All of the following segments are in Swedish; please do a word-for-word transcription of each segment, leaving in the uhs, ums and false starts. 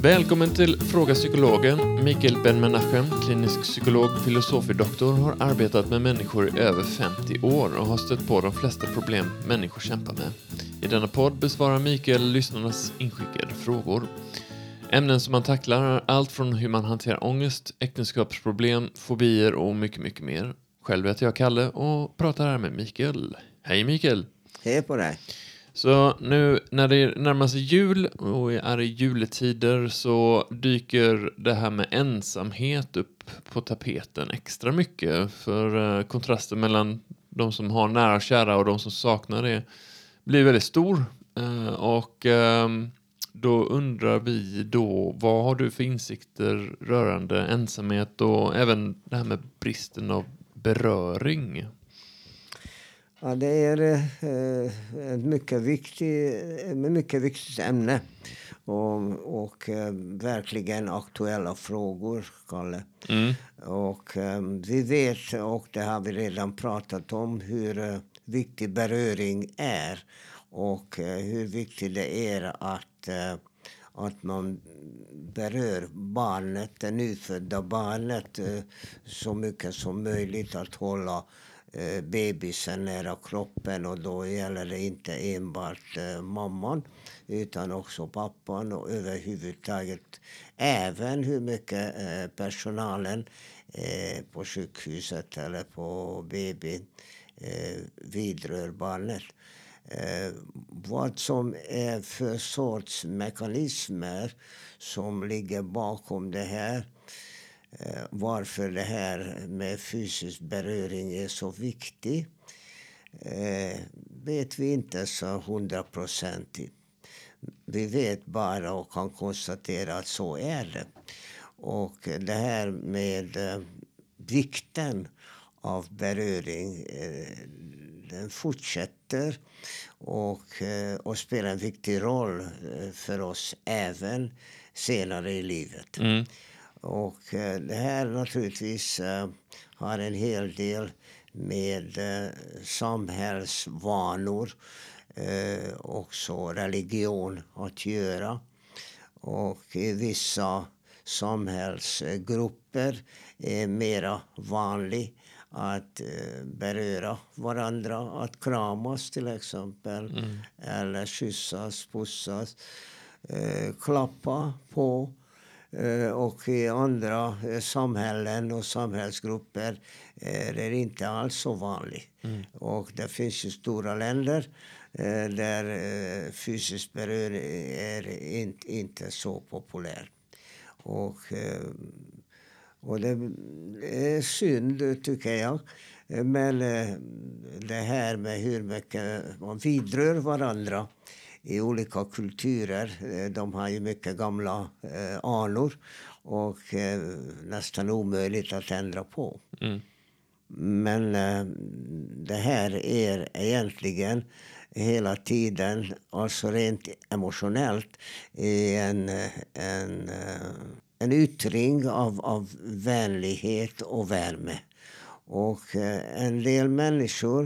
Välkommen till Fråga Psykologen. Mikael Ben-Menachem, klinisk psykolog, filosofidoktor, har arbetat med människor i över femtio år och har stött på de flesta problem människor kämpar med. I denna podd besvarar Mikael lyssnarnas inskickade frågor. Ämnen som man tacklar är allt från hur man hanterar ångest, äktenskapsproblem, fobier och mycket, mycket mer. Själv heter jag Kalle och pratar här med Mikael. Hej Mikael! Hej på dig! Så nu när det närmar sig jul och är i juletider så dyker det här med ensamhet upp på tapeten extra mycket. För eh, kontrasten mellan de som har nära och kära och de som saknar det blir väldigt stor. Eh, och eh, då undrar vi då, vad har du för insikter rörande ensamhet och även det här med bristen av beröring? Ja, det är eh, ett mycket viktigt, mycket viktigt ämne och, och eh, verkligen aktuella frågor, Kalle. Mm. Och eh, vi vet, och det har vi redan pratat om, hur eh, viktig beröring är och eh, hur viktigt det är att, eh, att man berör barnet, det nyfödda barnet, eh, så mycket som möjligt, att hålla bebisen nära kroppen, och då gäller det inte enbart eh, mamman utan också pappan och överhuvudtaget även hur mycket eh, personalen eh, på sjukhuset eller på B B eh, vidrör barnet. Eh, vad som är för sorts mekanismer som ligger bakom det här, Eh, varför det här med fysisk beröring är så viktigt, eh, vet vi inte så hundraprocentigt. Vi vet bara och kan konstatera att så är det. Och det här med eh, vikten av beröring, eh, den fortsätter och, eh, och spelar en viktig roll eh, för oss även senare i livet. Mm. Och eh, det här naturligtvis eh, har en hel del med eh, samhällsvanor, eh, också religion att göra. Och i vissa samhällsgrupper är mera vanligt att eh, beröra varandra, att kramas till exempel, mm. eller kyssas, pussas, eh, klappa på. Och i andra samhällen och samhällsgrupper är det inte alls så vanligt. Mm. Och det finns ju stora länder där fysisk beröring är inte så populär. Och, och det är synd, tycker jag. Men det här med hur mycket man vidrör varandra i olika kulturer, de har ju mycket gamla eh, anor och eh, nästan omöjligt att ändra på. Mm. Men eh, det här är egentligen hela tiden, alltså rent emotionellt, en, en, en yttring av, av vänlighet och värme. Och eh, en del människor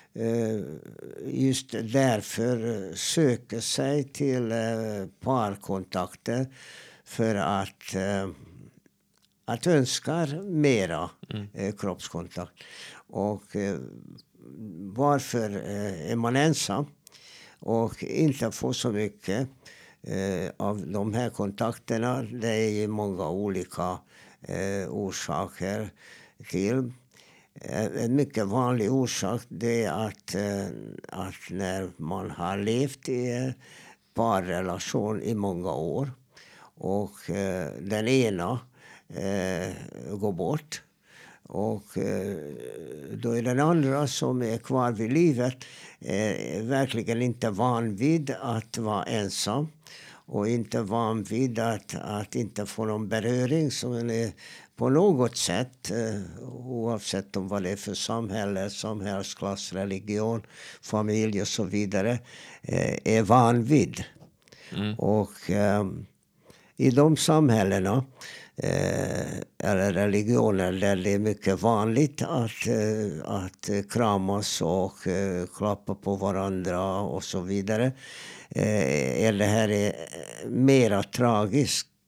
just därför söker sig till parkontakter för att, att önska mera mm. kroppskontakt. Och varför är man ensam och inte får så mycket av de här kontakterna? Det är ju många olika orsaker till. En mycket vanlig orsak det är att, att när man har levt i parrelation i många år och den ena eh, går bort, och eh, då är den andra som är kvar vid livet eh, verkligen inte van vid att vara ensam och inte van vid att, att inte få någon beröring som är på något sätt, eh, oavsett om vad det är för samhälle, samhällsklass, religion, familj och så vidare, eh, är van vid. Mm. Och eh, i de samhällena eh, eller religioner där det är mycket vanligt att, eh, att kramas och eh, klappa på varandra och så vidare, eh, är det här är mera tragiskt,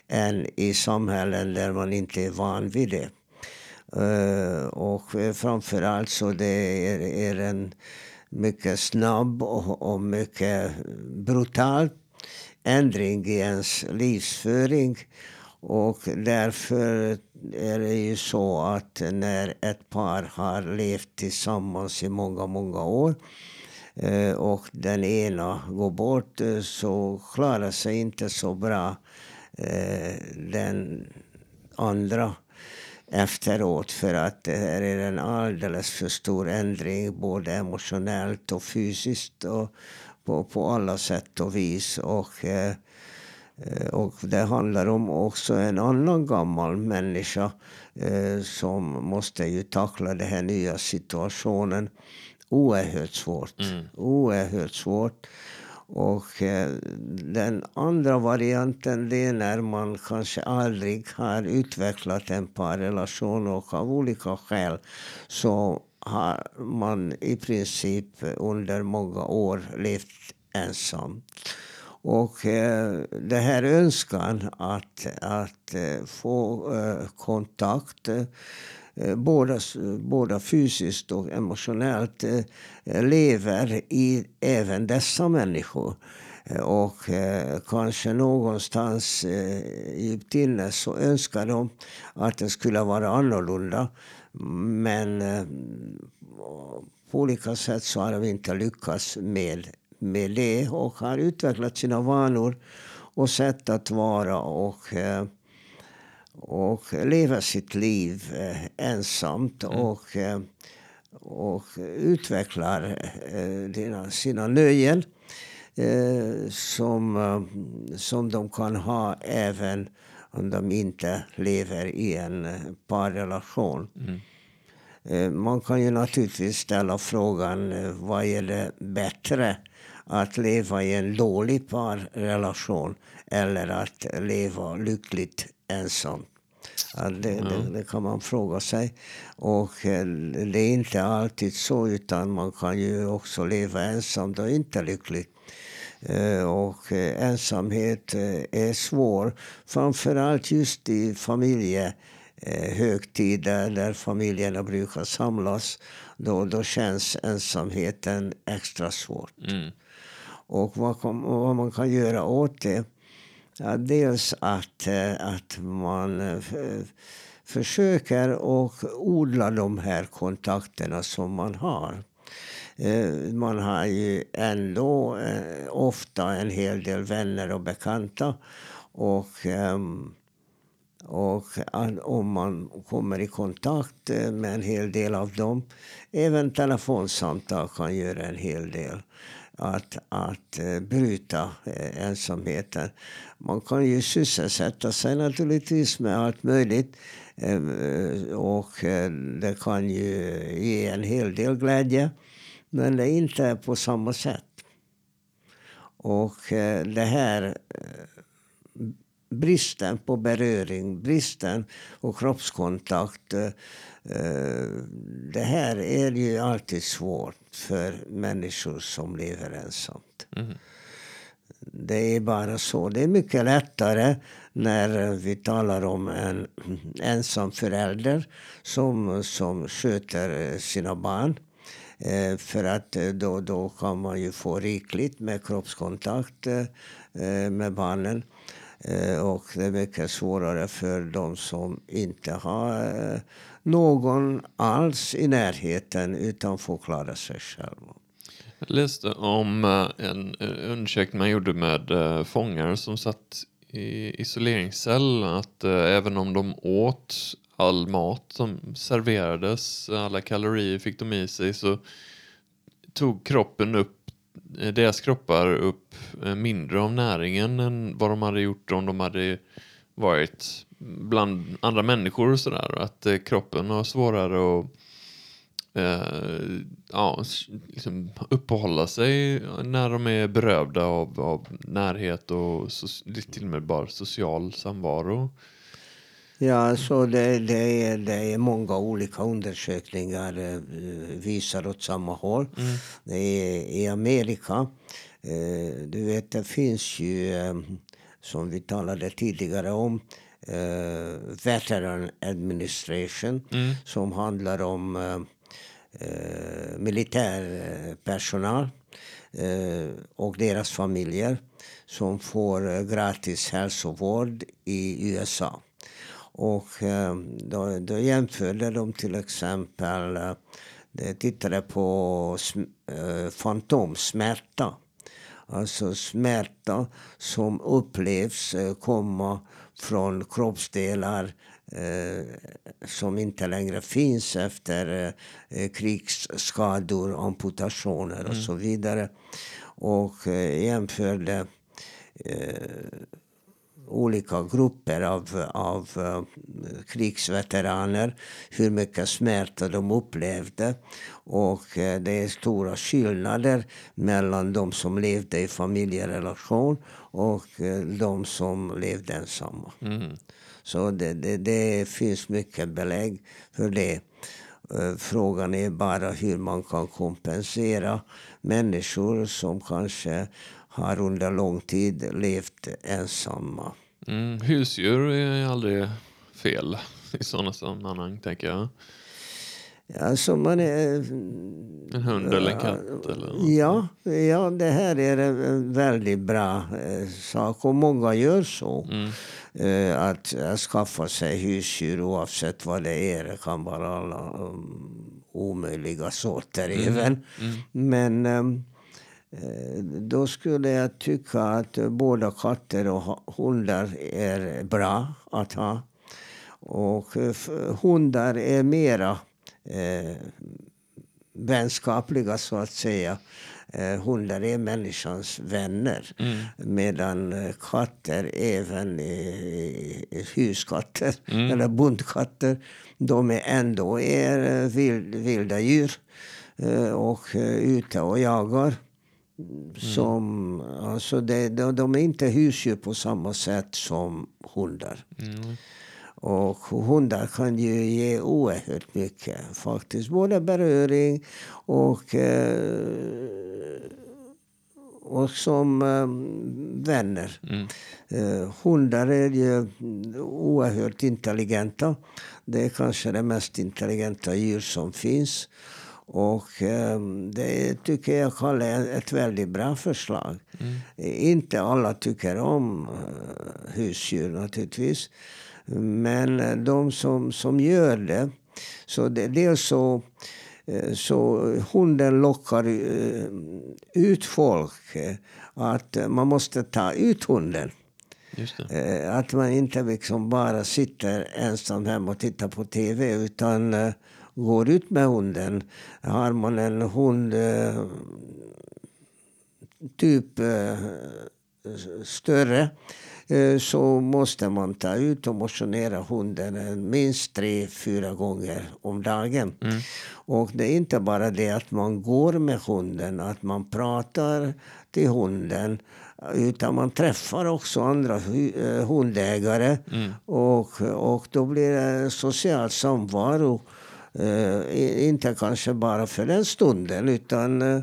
än i samhällen där man inte är van vid det. Uh, och framförallt så det är, är en mycket snabb och, och mycket brutal ändring i ens livsföring. Och därför är det ju så att när ett par har levt tillsammans i många, många år uh, och den ena går bort uh, så klarar sig inte så bra uh, den andra efteråt, för att det här är en alldeles för stor ändring både emotionellt och fysiskt och på, på alla sätt och vis. Och, eh, och det handlar om också en annan gammal människa eh, som måste ju tackla den här nya situationen. Oerhört svårt. Mm. Oerhört svårt. Och eh, den andra varianten, det är när man kanske aldrig har utvecklat en parrelation och av olika skäl så har man i princip under många år levt ensam. Och eh, det här önskan att, att eh, få eh, kontakt eh, Båda, båda fysiskt och emotionellt eh, lever i även dessa människor. Eh, och eh, kanske någonstans eh, djupt inne så önskar de att det skulle vara annorlunda. Men eh, på olika sätt så har de inte lyckats med, med det och har utvecklat sina vanor och sätt att vara och eh, och leva sitt liv eh, ensamt mm. och, eh, och utvecklar eh, dina, sina nöjen eh, som, eh, som de kan ha även om de inte lever i en eh, parrelation. Mm. Eh, man kan ju naturligtvis ställa frågan eh, vad är det bättre att leva i en dålig parrelation eller att leva lyckligt ensam. Ja, det, ja. det, det kan man fråga sig. Och eh, det är inte alltid så, utan man kan ju också leva ensam och inte lyckligt. Eh, och eh, ensamhet eh, är svår, framförallt just i familjehögtider där familjerna brukar samlas. Då, då känns ensamheten extra svårt. Mm. Och vad, kan, vad man kan göra åt det, ja, dels att, att man försöker och odla de här kontakterna som man har. Man har ju ändå ofta en hel del vänner och bekanta. Och, och om man kommer i kontakt med en hel del av dem, även telefonsamtal kan göra en hel del. Att, att uh, bryta uh, ensamheten. Man kan ju sysselsätta sig naturligtvis med allt möjligt. Uh, och uh, det kan ju ge en hel del glädje. Men det är inte på samma sätt. Och uh, det här uh, bristen på beröring, bristen på kroppskontakt. Uh, det här är ju alltid svårt för människor som lever ensamt. Mm. Det är bara så. Det är mycket lättare när vi talar om en ensam förälder som, som sköter sina barn. Eh, för att då, då kan man ju få rikligt med kroppskontakt eh, med barnen. Eh, och det är mycket svårare för de som inte har eh, någon alls i närheten utan får klara sig själva. Jag läste om en undersökning man gjorde med fångar som satt i isoleringscell, att även om de åt all mat som serverades, alla kalorier fick de i sig, så tog kroppen upp, deras kroppar upp mindre av näringen än vad de hade gjort om de hade varit bland andra människor och sådär. Att kroppen har svårare att eh, ja, liksom uppehålla sig när de är berövda av, av närhet och so, till och med bara social samvaro. Ja, så det, det, är, det är många olika undersökningar eh, visar åt samma håll. Mm. Det är i Amerika. Eh, du vet, det finns ju eh, som vi talade tidigare om, eh, Veteran Administration, Mm. som handlar om eh, eh, militärpersonal eh, och deras familjer som får eh, gratis hälsovård i U S A. Och eh, då, då jämförde de till exempel, eh, de tittade på sm- eh, fantomsmärta. Alltså smärta som upplevs eh, komma från kroppsdelar eh, som inte längre finns efter eh, krigsskador, amputationer och Mm. så vidare. Och eh, jämförde eh, olika grupper av, av uh, krigsveteraner, hur mycket smärta de upplevde. Och uh, det är stora skillnader mellan de som levde i familjerelation och uh, de som levde ensamma. Mm. Så det, det, det finns mycket belägg för det. Uh, frågan är bara hur man kan kompensera människor som kanske har under lång tid levt ensamma. Mm. Husdjur är aldrig fel i sådana sammanhang, tänker jag. Alltså man är... En hund eller en katt eller något. Ja, ja, det här är en väldigt bra eh, sak och många gör så. Mm. Eh, att, att skaffa sig husdjur oavsett vad det är. Det kan vara alla um, omöjliga sorter Mm. även. Mm. Men um, eh, då skulle jag tycka att båda katter och ha- hundar är bra att ha. Och eh, f- hundar är mera eh, vänskapliga så att säga. Eh, hundar är människans vänner. Mm. Medan eh, katter, även eh, eh, huskatter Mm. eller bondkatter, de är ändå är eh, vild, vilda djur. Eh, och eh, ute och jagar. Som, alltså det, de, de är inte husdjur på samma sätt som hundar. Mm. Och hundar kan ju ge oerhört mycket faktiskt. Både beröring och, eh, och som eh, vänner. Mm. Eh, hundar är ju oerhört intelligenta. Det är kanske det mest intelligenta djur som finns. Och eh, det tycker jag är ett väldigt bra förslag. Mm. Inte alla tycker om eh, husdjur naturligtvis. Men de som, som gör det, så det, dels så, så hunden lockar ut folk. Att man måste ta ut hunden. Just det. Att man inte liksom bara sitter ensam hemma och tittar på tv utan går ut med hunden. Har man en hund typ större, så måste man ta ut och motionera hunden minst tre, fyra gånger om dagen. Mm. Och det är inte bara det att man går med hunden, att man pratar till hunden, utan man träffar också andra hu- hundägare. Mm. Och, och då blir det social samvaro. Uh, inte kanske bara för den stunden, utan uh,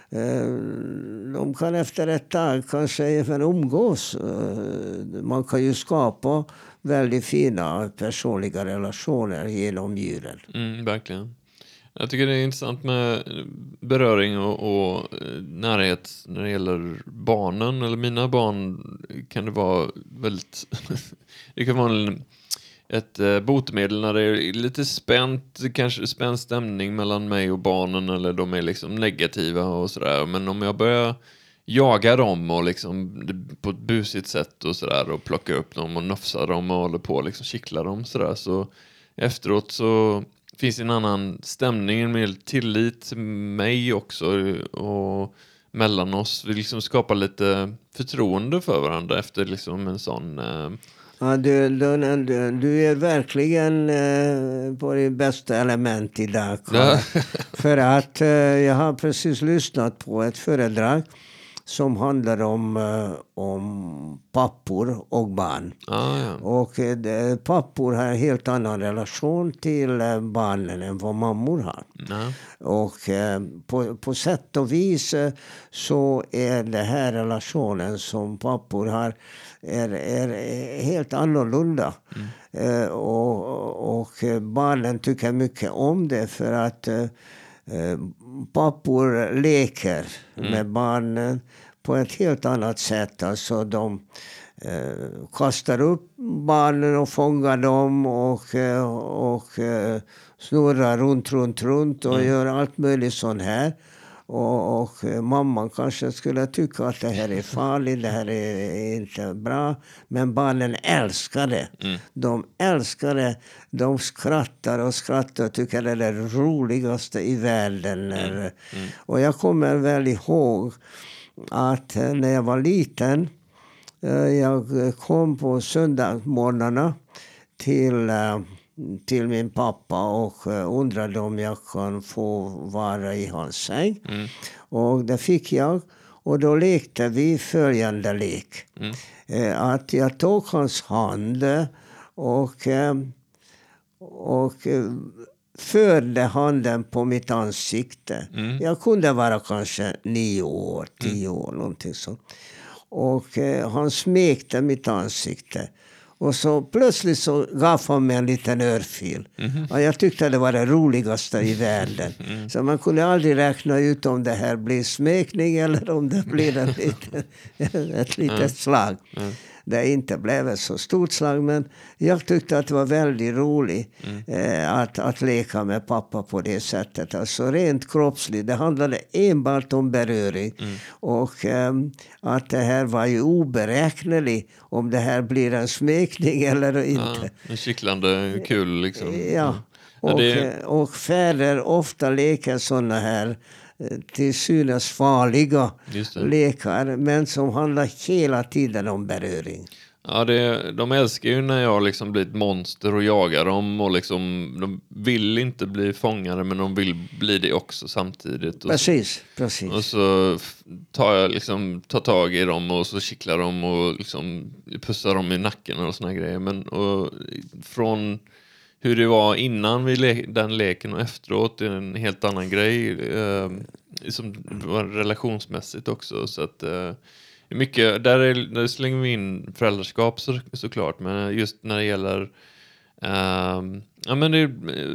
de kan efter ett tag kanske även umgås. Man kan ju skapa väldigt fina personliga relationer genom djuren. Mm, verkligen. Jag tycker det är intressant med beröring och, och närhet när det gäller barnen. Eller mina barn kan det vara väldigt... det kan vara en, ett botemedel när det är lite spänt, kanske spänd stämning mellan mig och barnen, eller de är liksom negativa och sådär. Men om jag börjar jaga dem och liksom på ett busigt sätt och sådär och plocka upp dem och nofsa dem och håller på och liksom kittla dem sådär, så efteråt så finns det en annan stämning, en mer tillit till mig också och mellan oss. Vi liksom skapar lite förtroende för varandra efter liksom en sån... Eh, Ja, du, du, du är verkligen eh, på det bästa element idag. Ja. För att eh, jag har precis lyssnat på ett föredrag som handlar om, uh, om pappor och barn. Ah, ja. Och uh, pappor har en helt annan relation till uh, barnen än vad mammor har. Ja. Och uh, på, på sätt och vis uh, så är det här relationen som pappor har är, är helt annorlunda. Mm. Uh, och, och barnen tycker mycket om det för att uh, pappor leker mm. med barnen på ett helt annat sätt. Alltså de eh, kastar upp barnen och fångar dem och, eh, och eh, snurrar runt, runt, runt och mm. gör allt möjligt sånt här. Och, och mamman kanske skulle tycka att det här är farligt, det här är inte bra. Men barnen älskar det. Mm. De älskar det. De skrattar och skrattar och tycker det är det roligaste i världen. Mm. Mm. Och jag kommer väl ihåg att när jag var liten, jag kom på söndagsmorgnarna till... till min pappa och undrade om jag kan få vara i hans säng. Mm. Och det fick jag. Och då lekte vi följande lek. Mm. Eh, att jag tog hans hand och, eh, och eh, förde handen på mitt ansikte. Mm. Jag kunde vara kanske nio år, tio mm. år, någonting sånt. Och eh, han smekte mitt ansikte. Och så plötsligt så gav han mig en liten örfil. Mm-hmm. Och jag tyckte det var det roligaste i världen. Mm. Så man kunde aldrig räkna ut om det här blir smekning eller om det blir en liten, ett litet mm. slag. Mm. Det inte blev ett så stort slag, men jag tyckte att det var väldigt roligt mm. eh, att, att leka med pappa på det sättet. Alltså rent kroppsligt. Det handlade enbart om beröring. Mm. Och eh, att det här var ju oberäkneligt om det här blir en smekning eller inte. Ja, en kittlande kul liksom. Ja, och, ja, det... och fäder ofta leker sådana här till synes farliga lekar, men som handlar hela tiden om beröring. Ja, det, de älskar ju när jag liksom blir ett monster och jagar dem och liksom, de vill inte bli fångade men de vill bli det också samtidigt. Och precis, så, precis. Och så tar jag liksom, tar tag i dem och så kittlar dem och liksom pussar dem i nacken och såna grejer. Men och från hur det var innan vi le- den leken och efteråt är en helt annan grej. Eh, som var relationsmässigt också. Så att eh, mycket, där, är, där slänger vi in föräldraskap så, såklart. Men just när det gäller eh, ja, men det,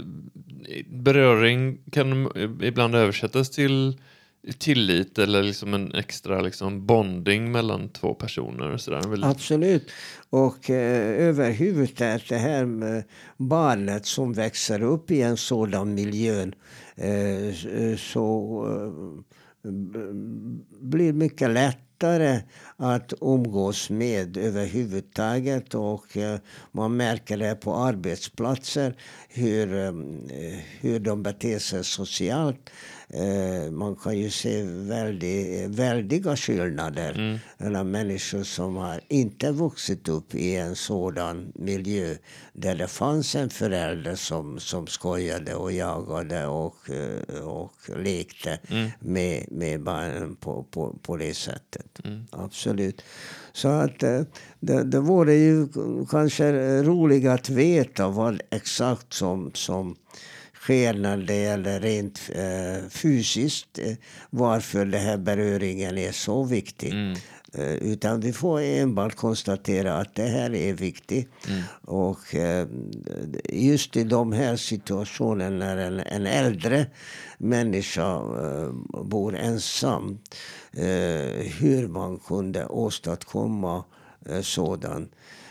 beröring kan ibland översättas till tillit eller liksom en extra liksom bonding mellan två personer. Så där. Absolut. Och eh, överhuvudtaget det här med barnet som växer upp i en sådan miljö eh, så eh, blir mycket lättare att umgås med överhuvudtaget. Och eh, man märker det på arbetsplatser hur, eh, hur de beter sig socialt. Eh, man kan ju se väldigt, väldiga skillnader mm. mellan människor som har inte vuxit upp i en sådan miljö där det fanns en förälder som, som skojade och jagade och, och lekte mm. med, med barnen på, på, på det sättet. Mm. Absolut. Så att det, det vore ju kanske roligt att veta vad exakt som, som sker när det gäller rent eh, fysiskt, eh, varför den här beröringen är så viktig. Mm. Eh, utan vi får enbart konstatera att det här är viktigt. Mm. Och eh, just i de här situationerna när en, en äldre människa eh, bor ensam, eh, hur man kunde åstadkomma eh, sådan.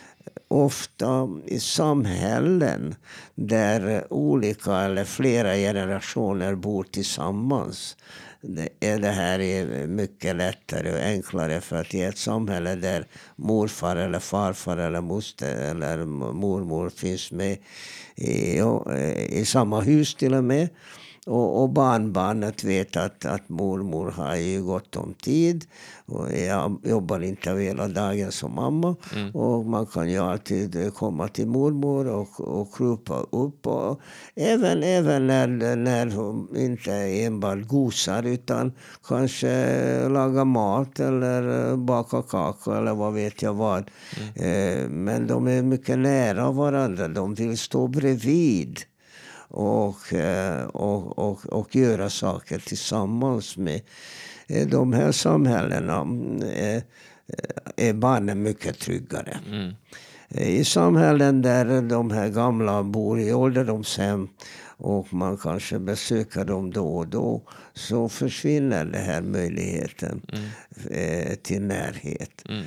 Ofta i samhällen där olika eller flera generationer bor tillsammans. Det är det här är mycket lättare och enklare för att i ett samhälle där morfar eller farfar eller moster eller mormor finns med i, i samma hus till och med. Och, och barnbarnet vet att, att mormor har ju gott om tid. Och jag jobbar inte hela dagen som mamma. Mm. Och man kan ju alltid komma till mormor och, och krupa upp. Och även, även när, när hon inte enbart gosar utan kanske laga mat eller baka kakor eller vad vet jag vad. Mm. Men de är mycket nära varandra. De vill stå bredvid. Och, och, och, och göra saker tillsammans med de här samhällena är, är barnen mycket tryggare. Mm. I samhällen där de här gamla bor i ålderdomshem och man kanske besöker dem då och då så försvinner den här möjligheten mm. till närhet. Mm.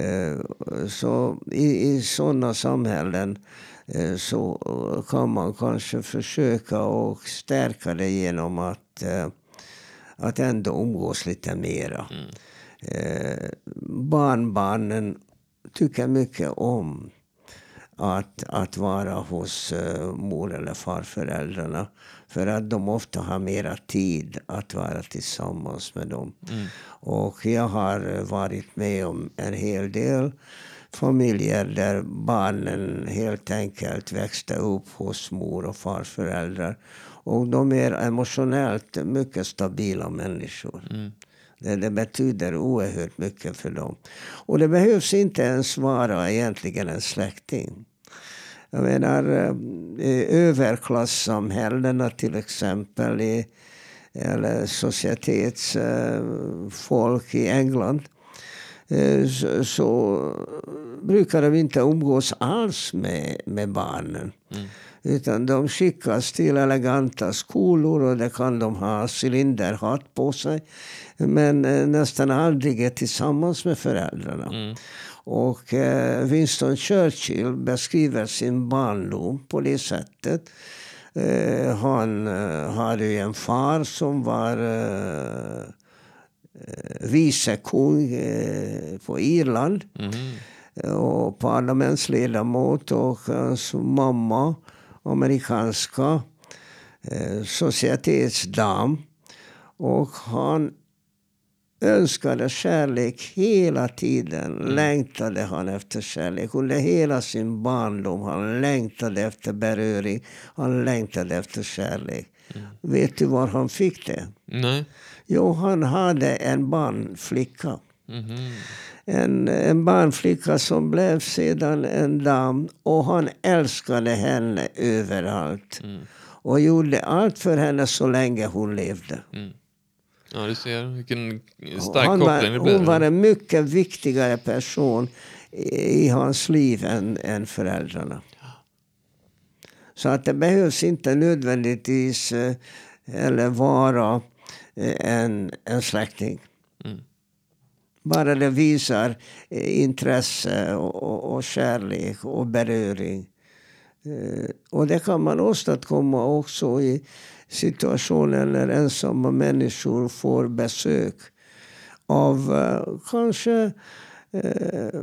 Så i, i sådana samhällen så kan man kanske försöka och stärka det genom att, att ändå umgås lite mera. Mm. Eh, barnbarnen tycker mycket om att, att vara hos uh, mor- eller farföräldrarna. För att de ofta har mera tid att vara tillsammans med dem. Mm. Och jag har varit med om en hel del familjer där barnen helt enkelt växte upp hos mor- och farföräldrar. Och de är emotionellt mycket stabila människor. Mm. Det, det betyder oerhört mycket för dem. Och det behövs inte ens vara egentligen en släkting. Jag menar, överklassamhällena till exempel, i, eller societetsfolk i England, så, så brukar de inte umgås alls med, med barnen. Mm. Utan de skickas till eleganta skolor och det kan de ha cylinderhatt på sig. Men nästan aldrig är tillsammans med föräldrarna. Mm. Och eh, Winston Churchill beskriver sin barndom på det sättet. Eh, han eh, hade ju en far som var eh, vicekung eh, på Irland. Mm. Och parlamentsledamot, och hans mamma, amerikanska eh, societetsdam. Och han önskade kärlek hela tiden. Mm. Längtade han efter kärlek. Under hela sin barndom han längtade efter beröring. Han längtade efter kärlek. Mm. Vet du var han fick det? Nej. Jo, han hade en barnflicka. Mm-hmm. En, en barnflicka som blev sedan en dam. Och han älskade henne överallt. Mm. Och gjorde allt för henne så länge hon levde. Mm. Ja, du ser vilken stark han koppling var, det blir. Hon var en mycket viktigare person i, i hans liv än, än föräldrarna. Ja. Så att det behövs inte nödvändigtvis eller vara en, en släkting. Mm. Bara det visar intresse och, och, och kärlek och beröring. Och det kan man åstadkomma också i situationer när ensamma människor får besök av eh, kanske eh,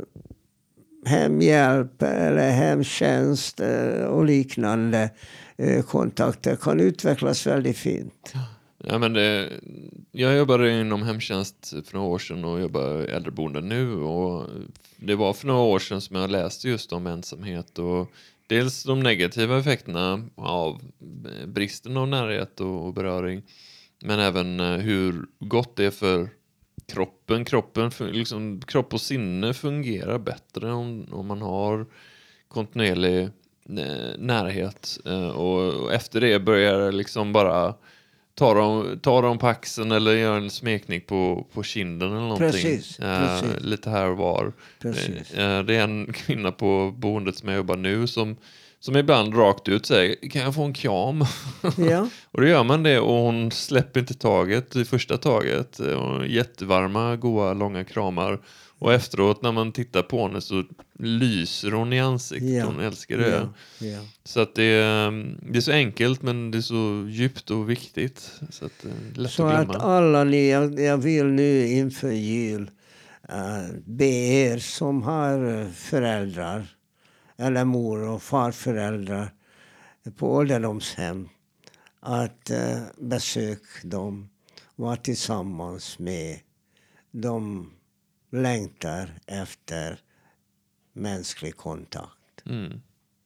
hemhjälp eller hemtjänst eh, och liknande eh, kontakter kan utvecklas väldigt fint. Ja, men det, jag jobbade inom hemtjänst för några år sedan och jobbar i äldreboende nu, och det var för några år sedan som jag läste just om ensamhet och dels de negativa effekterna av bristen av närhet och beröring, men även hur gott det är för kroppen. Kroppen liksom, kropp och sinne fungerar bättre om, om man har kontinuerlig närhet. Och efter det börjar liksom bara ta dem, ta dem på axeln eller göra en smekning på, på kinden eller någonting. Precis, äh, precis. Lite här och var. Precis. Äh, det är en kvinna på boendet som jag jobbar nu som, som ibland rakt ut säger, kan jag få en kram? Ja. Och då gör man det, och hon släpper inte taget i första taget. Och jättevarma, goda, långa kramar. Och efteråt när man tittar på henne så lyser hon i ansiktet. Ja. Hon älskar det. Ja. Ja. Så att det är, det är så enkelt, men det är så djupt och viktigt. Så att det är lätt så att glömma. Att alla ni, jag, jag vill nu inför jul uh, be er som har föräldrar eller mor- och farföräldrar på ålderdomshem att uh, besöka dem, vara tillsammans med de längtar efter mänsklig kontakt. Mm.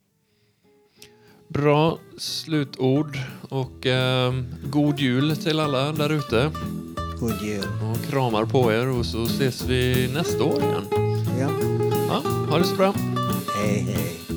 Bra slutord och eh, god jul till alla där ute. God jul. Och kramar på er och så ses vi nästa år igen. Ja. Ja, ha det så bra. Hej, hej.